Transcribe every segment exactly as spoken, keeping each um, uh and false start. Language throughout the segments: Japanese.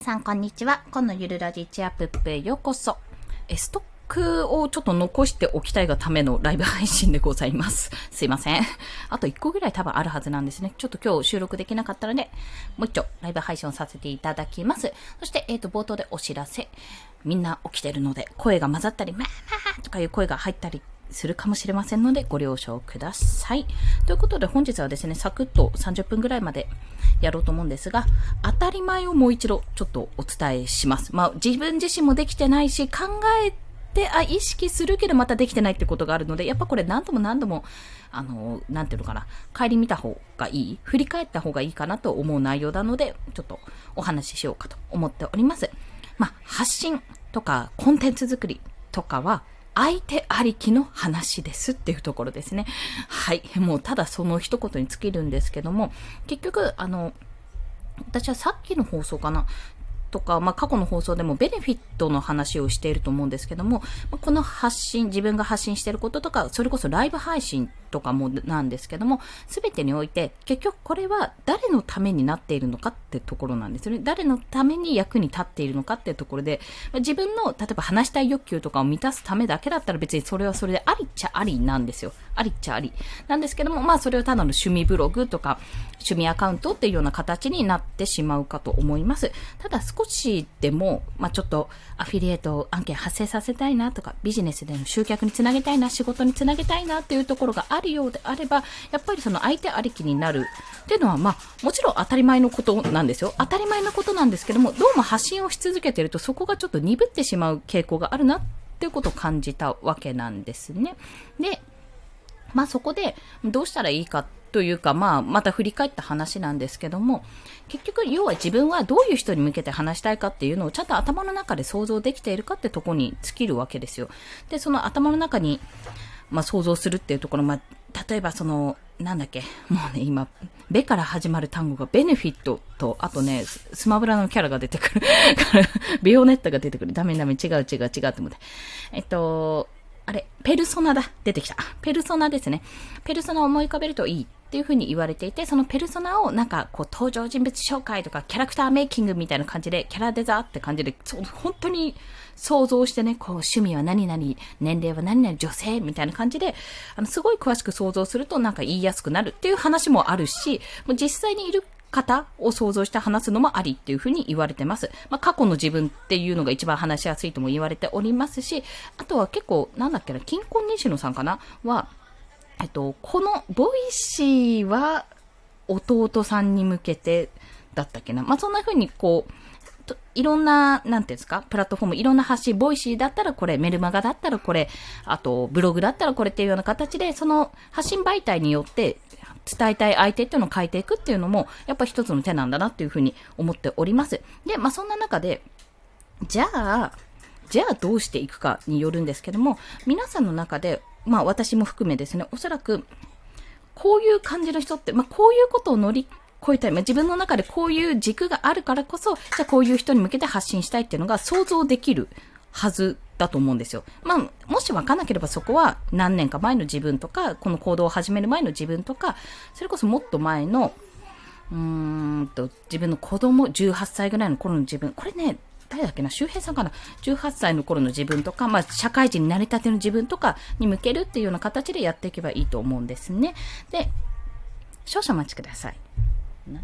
さんこんにちは。このゆるラジチアップへようこそ。えストックをちょっと残しておきたいがためのライブ配信でございます。すいません。あといっこぐらい多分あるはずなんですね。ちょっと今日収録できなかったので、もう一丁ライブ配信をさせていただきます。そして、えっと、冒頭でお知らせ。みんな起きてるので、声が混ざったり、まあまあとかいう声が入ったりするかもしれませんので、ご了承ください。ということで、本日はですね、サクッとさんじゅっぷんぐらいまでやろうと思うんですが、当たり前をもう一度ちょっとお伝えします。まあ、自分自身もできてないし、考えて、あ、意識するけどまたできてないってことがあるので、やっぱこれ何度も何度も、あの、なんていうのかな、帰り見た方がいい、振り返った方がいいかなと思う内容なので、ちょっとお話ししようかと思っております。まあ、発信とかコンテンツ作りとかは、相手ありきの話ですっていうところですね。はい。もうただその一言に尽きるんですけども、結局、あの、私はさっきの放送かなとか、まあ、過去の放送でもベネフィットの話をしていると思うんですけども、この発信、自分が発信していることとか、それこそライブ配信とかもなんですけども、すべてにおいて、結局これは誰のためになっているのかってところなんですよね。誰のために役に立っているのかっていうところで、自分の、例えば話したい欲求とかを満たすためだけだったら別にそれはそれでありっちゃありなんですよ。ありっちゃあり。なんですけども、まあそれをただの趣味ブログとか、趣味アカウントっていうような形になってしまうかと思います。ただ少しでも、まあちょっとアフィリエイト案件発生させたいなとか、ビジネスでの集客につなげたいな、仕事につなげたいなっていうところがあるようであれば、やっぱりその相手ありきになるっていうのは、まあもちろん当たり前のことなんですよ。当たり前のことなんですけども、どうも発信をし続けているとそこがちょっと鈍ってしまう傾向があるなっていうことを感じたわけなんですね。で、まあそこでどうしたらいいかというか、まあまた振り返った話なんですけども、結局要は自分はどういう人に向けて話したいかっていうのをちゃんと頭の中で想像できているかってとこに尽きるわけですよ。で、その頭の中に、まあ想像するっていうところ、まあ例えばその、なんだっけ、もうね今、ベから始まる単語がベネフィットと、あとね、スマブラのキャラが出てくる。ビオネッタが出てくる。ダメダメ、違う違う違うって思って。えっと、あれ、ペルソナだ。出てきた。ペルソナですね。ペルソナを思い浮かべるといいっていう風に言われていて、そのペルソナをなんかこう登場人物紹介とかキャラクターメイキングみたいな感じで、キャラデザーって感じで、そう本当に想像してね、こう趣味は何々、年齢は何々、女性みたいな感じで、あのすごい詳しく想像するとなんか言いやすくなるっていう話もあるし、もう実際にいる方を想像して話すのもありっていうふうに言われてます。まあ、過去の自分っていうのが一番話しやすいとも言われておりますし、あとは結構、なんだっけな、金婚西野さんかなは、えっと、このボイシーは弟さんに向けてだったっけな。まあ、そんなふうにこう、いろんな、なんていうんですか、プラットフォーム、いろんな発信、ボイシーだったらこれ、メルマガだったらこれ、あと、ブログだったらこれっていうような形で、その発信媒体によって、伝えたい相手っていうのを変えていくっていうのも、やっぱ一つの手なんだなっていうふうに思っております。で、まあそんな中で、じゃあ、じゃあどうしていくかによるんですけども、皆さんの中で、まあ私も含めですね、おそらく、こういう感じの人って、まあこういうことを乗り越えたい、まあ自分の中でこういう軸があるからこそ、じゃあこういう人に向けて発信したいっていうのが想像できるはずだと思うんですよ。まあ、もし分かんなければそこは何年か前の自分とか、この行動を始める前の自分とか、それこそもっと前の、うーんと、自分の子供、じゅうはっさいぐらいの頃の自分、これね、誰だっけな、周平さんかな、じゅうはっさいの頃の自分とか、まあ、社会人になりたての自分とかに向けるっていうような形でやっていけばいいと思うんですね。で、少々お待ちください。何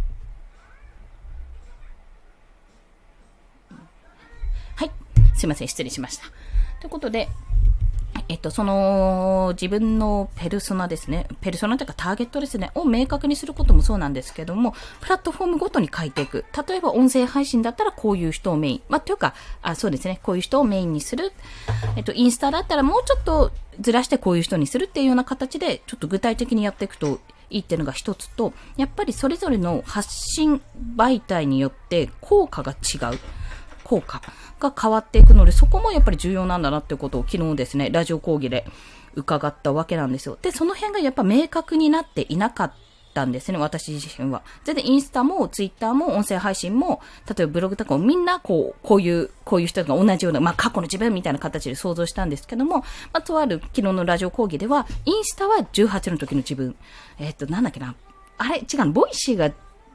はい。すいません。失礼しました。ということで、えっと、その、自分のペルソナですね。ペルソナというかターゲットですね。を明確にすることもそうなんですけども、プラットフォームごとに書いていく。例えば音声配信だったらこういう人をメイン。まあ、というか、あ、そうですね。こういう人をメインにする。えっと、インスタだったらもうちょっとずらしてこういう人にするっていうような形で、ちょっと具体的にやっていくといいっていうのが一つと、やっぱりそれぞれの発信媒体によって効果が違う。効果が変わっていくので、そこもやっぱり重要なんだなっていうことを昨日ですね、ラジオ講義で伺ったわけなんですよ。で、その辺がやっぱ明確になっていなかったんですね、私自身は。全然インスタもツイッターも音声配信も、例えばブログとかもみんなこう、こういう、こういう人が同じような、まあ過去の自分みたいな形で想像したんですけども、まあとある昨日のラジオ講義では、インスタはじゅうはちの時の自分、えっと、なんだっけな、あれ違う、ボイシーが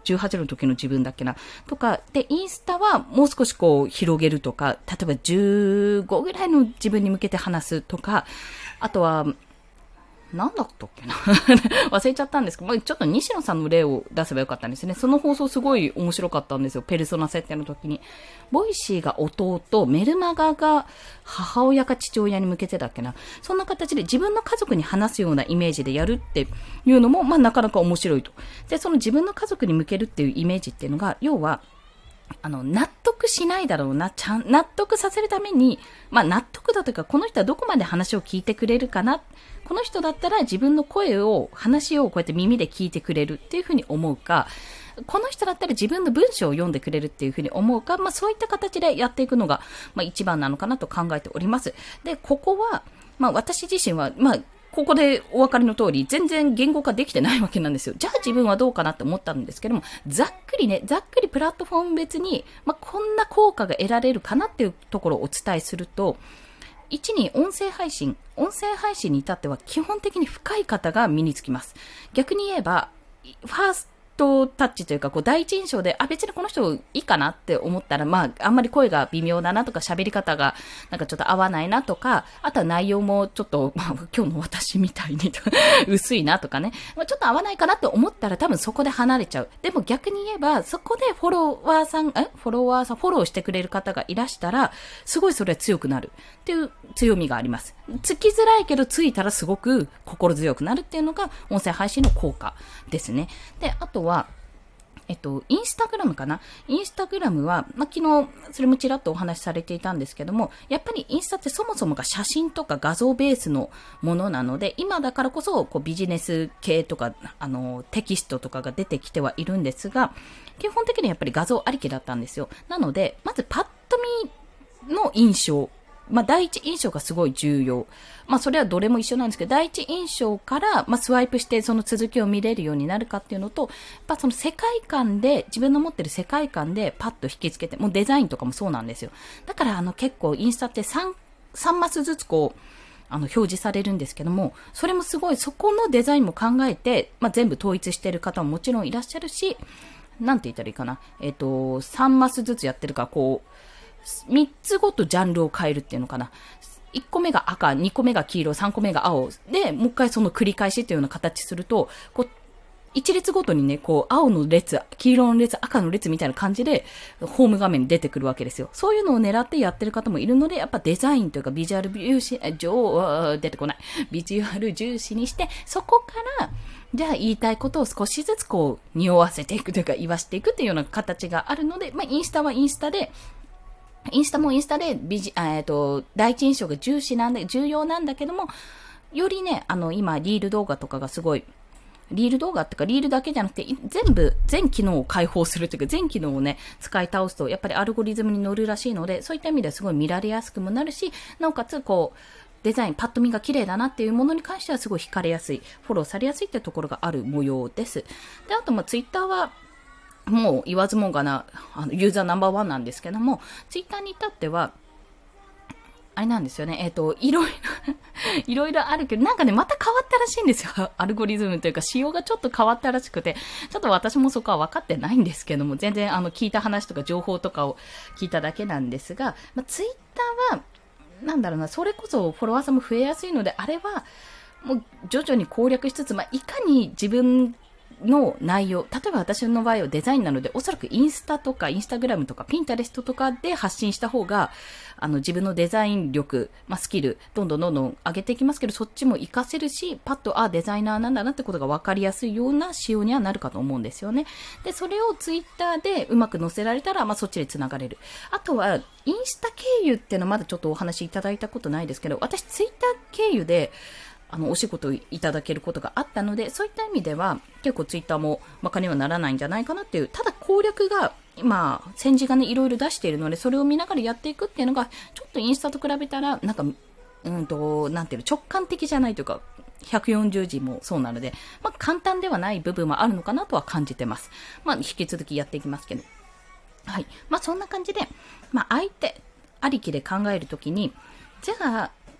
じゅうはちの時の自分だっけな。とか、で、インスタはもう少しこう広げるとか、例えばじゅうごぐらいの自分に向けて話すとか、あとは、なんだったっけな忘れちゃったんですけど、まあ、ちょっと西野さんの例を出せばよかったんですね。その放送すごい面白かったんですよ。ペルソナ設定の時に。ボイシーが弟、メルマガが母親か父親に向けてだっけな。そんな形で自分の家族に話すようなイメージでやるっていうのも、まあなかなか面白いと。で、その自分の家族に向けるっていうイメージっていうのが、要は、あの、納得しないだろうな、ちゃん、納得させるために、まあ納得だというか、この人はどこまで話を聞いてくれるかな、この人だったら自分の声を、話をこうやって耳で聞いてくれるっていうふうに思うか、この人だったら自分の文章を読んでくれるっていうふうに思うか、まあそういった形でやっていくのが、まあ一番なのかなと考えております。で、ここは、まあ私自身は、まあ、ここでお分かりの通り、全然言語化できてないわけなんですよ。じゃあ自分はどうかなって思ったんですけども、ざっくりね、ざっくりプラットフォーム別に、まあ、こんな効果が得られるかなっていうところをお伝えすると、いちに音声配信。音声配信に至っては基本的に深い方が身につきます。逆に言えば、ファーストタッチというか、こう第一印象で、あ、別にこの人いいかなって思ったら、まあ、あんまり声が微妙だなとか、喋り方がなんかちょっと合わないなとか、あとは内容もちょっと、まあ、今日の私みたいに薄いなとかね、まあ、ちょっと合わないかなって思ったら多分そこで離れちゃう。でも逆に言えば、そこでフォロワーさん、えフォロワーさん、フォローしてくれる方がいらしたら、すごいそれは強くなるっていう強みがあります。つきづらいけどついたらすごく心強くなるっていうのが音声配信の効果ですね。で、あとは、えっと、インスタグラムかなインスタグラムは、まあ、昨日、それもちらっとお話しされていたんですけども、やっぱりインスタってそもそもが写真とか画像ベースのものなので、今だからこそ、こう、ビジネス系とか、あの、テキストとかが出てきてはいるんですが、基本的にやっぱり画像ありきだったんですよ。なので、まずパッと見の印象、まあ、第一印象がすごい重要。まあ、それはどれも一緒なんですけど、第一印象から、まあ、スワイプしてその続きを見れるようになるかっていうのと、やっぱその世界観で、自分の持ってる世界観でパッと引きつけて、もうデザインとかもそうなんですよ。だから、あの、結構インスタってさん、さんマスずつこう、あの、表示されるんですけども、それもすごい、そこのデザインも考えて、まあ、全部統一してる方ももちろんいらっしゃるし、なんて言ったらいいかな。えっと、さんマスずつやってるから、こう、みっつごとジャンルを変えるっていうのかな。いっこめが赤、にこめが黄色、さんこめが青。で、もう一回その繰り返しっていうような形すると、こう、一列ごとにね、こう、青の列、黄色の列、赤の列みたいな感じで、ホーム画面に出てくるわけですよ。そういうのを狙ってやってる方もいるので、やっぱデザインというかビジュアル重視、上、出てこない。ビジュアル重視にして、そこから、じゃあ言いたいことを少しずつこう、匂わせていくというか、言わしていくっていうような形があるので、まあ、インスタはインスタで、インスタもインスタでビジ、えっと、第一印象が重視なんで、重要なんだけども、よりね、あの、今、リール動画とかがすごい、リール動画っていうか、リールだけじゃなくて、全部、全機能を開放するというか、全機能をね、使い倒すと、やっぱりアルゴリズムに乗るらしいので、そういった意味ではすごい見られやすくもなるし、なおかつ、こう、デザイン、パッと見が綺麗だなっていうものに関してはすごい惹かれやすい、フォローされやすいっていうところがある模様です。で、あと、まあ、ツイッターは、もう言わずもがな、あの、ユーザーナンバーワンなんですけども、ツイッターに至っては、あれなんですよね、えっと、いろいろ、いろいろあるけど、なんかね、また変わったらしいんですよ。アルゴリズムというか、仕様がちょっと変わったらしくて、ちょっと私もそこは分かってないんですけども、全然あの、聞いた話とか情報とかを聞いただけなんですが、まあ、ツイッターは、なんだろうな、それこそフォロワーさんも増えやすいので、あれは、もう徐々に攻略しつつ、まあ、いかに自分の内容、例えば私の場合はデザインなので、おそらくインスタとかインスタグラムとかピンタレストとかで発信した方が、あの自分のデザイン力、まあ、スキル、どんどんどんどん上げていきますけど、そっちも活かせるし、パッと、あ、デザイナーなんだなってことが分かりやすいような仕様にはなるかと思うんですよね。で、それをツイッターでうまく載せられたら、まあ、そっちで繋がれる。あとは、インスタ経由っていうのはまだちょっとお話いただいたことないですけど、私ツイッター経由で、あの、お仕事いただけることがあったので、そういった意味では、結構ツイッターも馬鹿にはならないんじゃないかなっていう、ただ攻略が、今、先時がね、いろいろ出しているので、それを見ながらやっていくっていうのが、ちょっとインスタと比べたら、なんか、うんと、なんていうの、直感的じゃないというか、ひゃくよんじゅうじもそうなので、まあ、簡単ではない部分もあるのかなとは感じてます。まあ、引き続きやっていきますけど。はい。まあ、そんな感じで、まあ、相手ありきで考えるときに、じゃあ、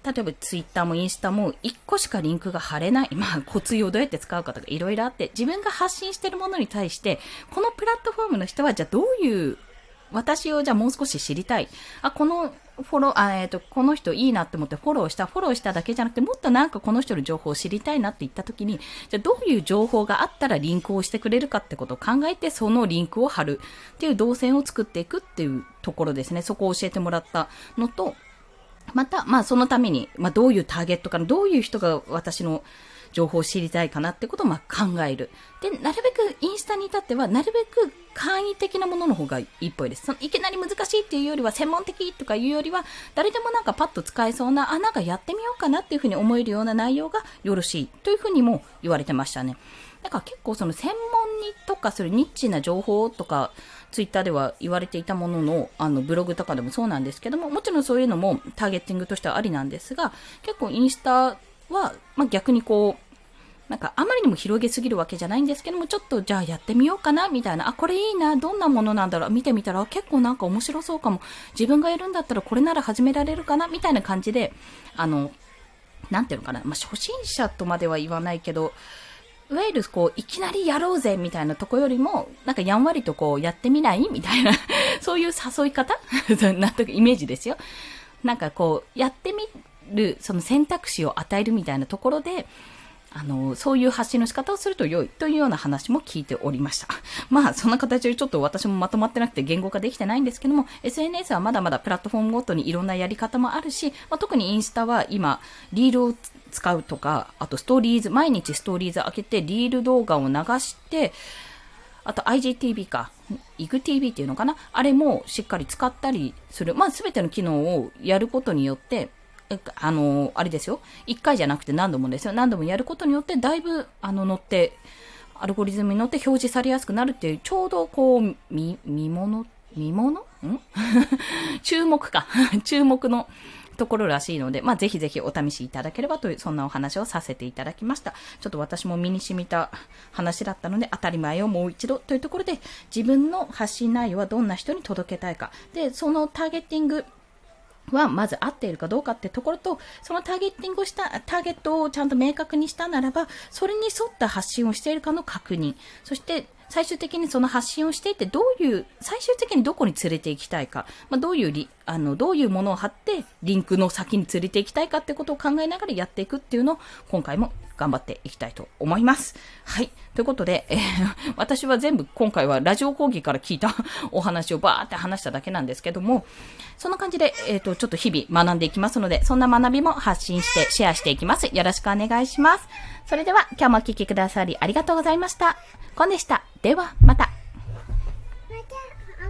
例えばツイッターもインスタもいっこしかリンクが貼れない。まあ、コツをどうやって使うかとかいろいろあって、自分が発信しているものに対して、このプラットフォームの人はじゃあどういう、私をじゃあもう少し知りたい。あ、このフォロー、あ、えっと、この人いいなって思ってフォローした、フォローしただけじゃなくて、もっとなんかこの人の情報を知りたいなって言った時に、じゃあどういう情報があったらリンクをしてくれるかってことを考えて、そのリンクを貼るっていう動線を作っていくっていうところですね。そこを教えてもらったのと、また、まあそのために、まあどういうターゲットかな、どういう人が私の情報を知りたいかなってことをまあ考える。で、なるべくインスタに至っては、なるべく簡易的なものの方がいいっぽいです。そのいきなり難しいっていうよりは、専門的とかいうよりは、誰でもなんかパッと使えそうな、あ、なんかやってみようかなっていうふうに思えるような内容がよろしいというふうにも言われてましたね。だから結構その専門に特化するニッチな情報とか、ツイッターでは言われていたものの、あの、ブログとかでもそうなんですけども、もちろんそういうのもターゲッティングとしてはありなんですが、結構インスタは、まあ、逆にこう、なんかあまりにも広げすぎるわけじゃないんですけども、ちょっとじゃあやってみようかなみたいな、あ、これいいな、どんなものなんだろう、見てみたら結構なんか面白そうかも、自分がやるんだったらこれなら始められるかなみたいな感じで、あの、なんていうのかな、まあ、初心者とまでは言わないけど、いわゆるこう、いきなりやろうぜみたいなとこよりも、なんかやんわりとこう、やってみないみたいな、そういう誘い方なんとかイメージですよ。なんかこう、やってみる、その選択肢を与えるみたいなところで、あの、そういう発信の仕方をすると良いというような話も聞いておりました。まあ、そんな形でちょっと私もまとまってなくて言語化できてないんですけども、エスエヌエス はまだまだプラットフォームごとにいろんなやり方もあるし、まあ、特にインスタは今、リールを使うとか、あとストーリーズ、毎日ストーリーズ開けてリール動画を流して、あと アイジーティービー か、イグティービー っていうのかな、あれもしっかり使ったりする。まあ、すべての機能をやることによって、あの、あれですよ。一回じゃなくて何度もですよ。何度もやることによって、だいぶ、あの、乗って、アルゴリズムに乗って表示されやすくなるっていう、ちょうどこう、見、見物見物ん注目か。注目のところらしいので、まあ、ぜひぜひお試しいただければという、そんなお話をさせていただきました。ちょっと私も身に染みた話だったので、当たり前をもう一度というところで、自分の発信内容はどんな人に届けたいか。で、そのターゲッティング、はまず合っているかどうかってところと、そのターゲッティングをした、ターゲットをちゃんと明確にしたならば、それに沿った発信をしているかの確認。そして、最終的にその発信をしていて、どういう、最終的にどこに連れて行きたいか、まあ、どういうリ、あの、どういうものを貼って、リンクの先に連れて行きたいかってことを考えながらやっていくっていうのを、今回も頑張っていきたいと思います。はい。ということで、えー、私は全部今回はラジオ講義から聞いたお話をバーって話しただけなんですけども、そんな感じで、えっと、ちょっと日々学んでいきますので、そんな学びも発信してシェアしていきます。よろしくお願いします。それでは、今日もお聞きくださりありがとうございました。コンでした。では、また。